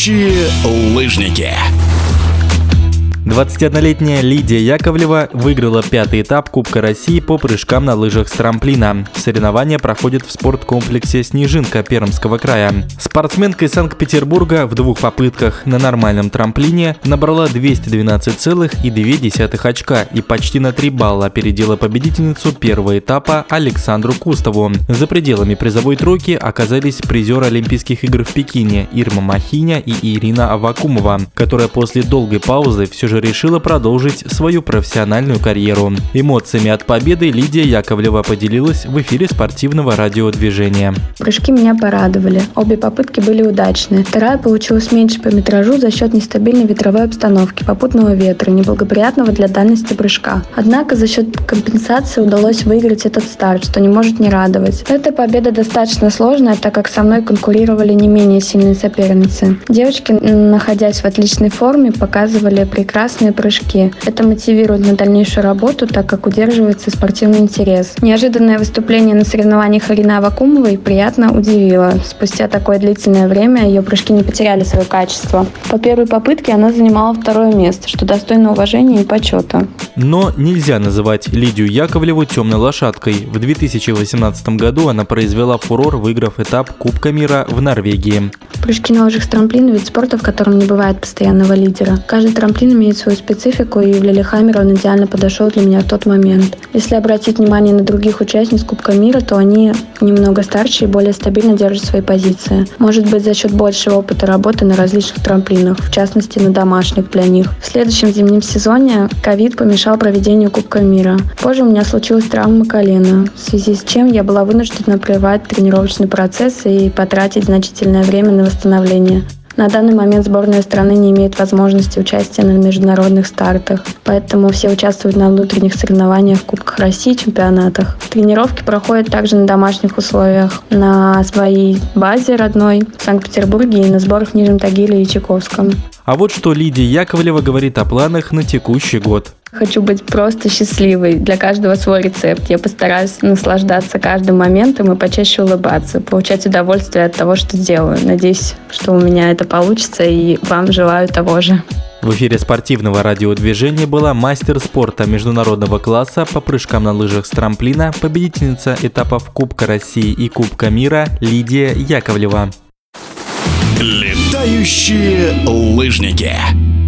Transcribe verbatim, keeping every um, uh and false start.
Летающие лыжники. двадцатиоднолетняя Лидия Яковлева выиграла пятый этап Кубка России по прыжкам на лыжах с трамплина. Соревнования проходят в спорткомплексе «Снежинка» Пермского края. Спортсменка из Санкт-Петербурга в двух попытках на нормальном трамплине набрала двести двенадцать целых две десятых очка и почти на три балла опередила победительницу первого этапа Александру Кустову. За пределами призовой тройки оказались призеры Олимпийских игр в Пекине Ирма Махиня и Ирина Аввакумова, которая после долгой паузы все же решила продолжить свою профессиональную карьеру. Эмоциями от победы Лидия Яковлева поделилась в эфире спортивного радиодвижения. Прыжки меня порадовали. Обе попытки были удачные. Вторая получилась меньше по метражу за счет нестабильной ветровой обстановки, попутного ветра, неблагоприятного для дальности прыжка. Однако за счет компенсации удалось выиграть этот старт, что не может не радовать. Эта победа достаточно сложная, так как со мной конкурировали не менее сильные соперницы. Девочки, находясь в отличной форме, показывали прекрасные прыжки. Это мотивирует на дальнейшую работу, так как удерживается спортивный интерес. Неожиданное выступление на соревнованиях Ирины Аввакумовой приятно удивило. Спустя такое длительное время ее прыжки не потеряли свое качество. По первой попытке она занимала второе место, что достойно уважения и почета. Но нельзя называть Лидию Яковлеву темной лошадкой. В две тысячи восемнадцатом году она произвела фурор, выиграв этап Кубка мира в Норвегии. Прыжки на лыжах с трамплина – вид спорта, в котором не бывает постоянного лидера. Каждый трамплин имеет свою специфику, и в Лилихаммере он идеально подошел для меня в тот момент. Если обратить внимание на других участниц Кубка мира, то они немного старше и более стабильно держат свои позиции. Может быть, за счет большего опыта работы на различных трамплинах, в частности на домашних для них. В следующем зимнем сезоне ковид помешал проведению Кубка мира. Позже у меня случилась травма колена, в связи с чем я была вынуждена прервать тренировочный процесс и потратить значительное время на восстановление. На данный момент сборная страны не имеет возможности участия на международных стартах, поэтому все участвуют на внутренних соревнованиях, Кубках России, чемпионатах. Тренировки проходят также на домашних условиях, на своей базе родной в Санкт-Петербурге и на сборах в Нижнем Тагиле и Чайковском. А вот что Лидия Яковлева говорит о планах на текущий год. Хочу быть просто счастливой. Для каждого свой рецепт. Я постараюсь наслаждаться каждым моментом и почаще улыбаться, получать удовольствие от того, что делаю. Надеюсь, что у меня это получится, и вам желаю того же. В эфире спортивного радиодвижения была мастер спорта международного класса по прыжкам на лыжах с трамплина, победительница этапов Кубка России и Кубка мира Лидия Яковлева. Летающие лыжники.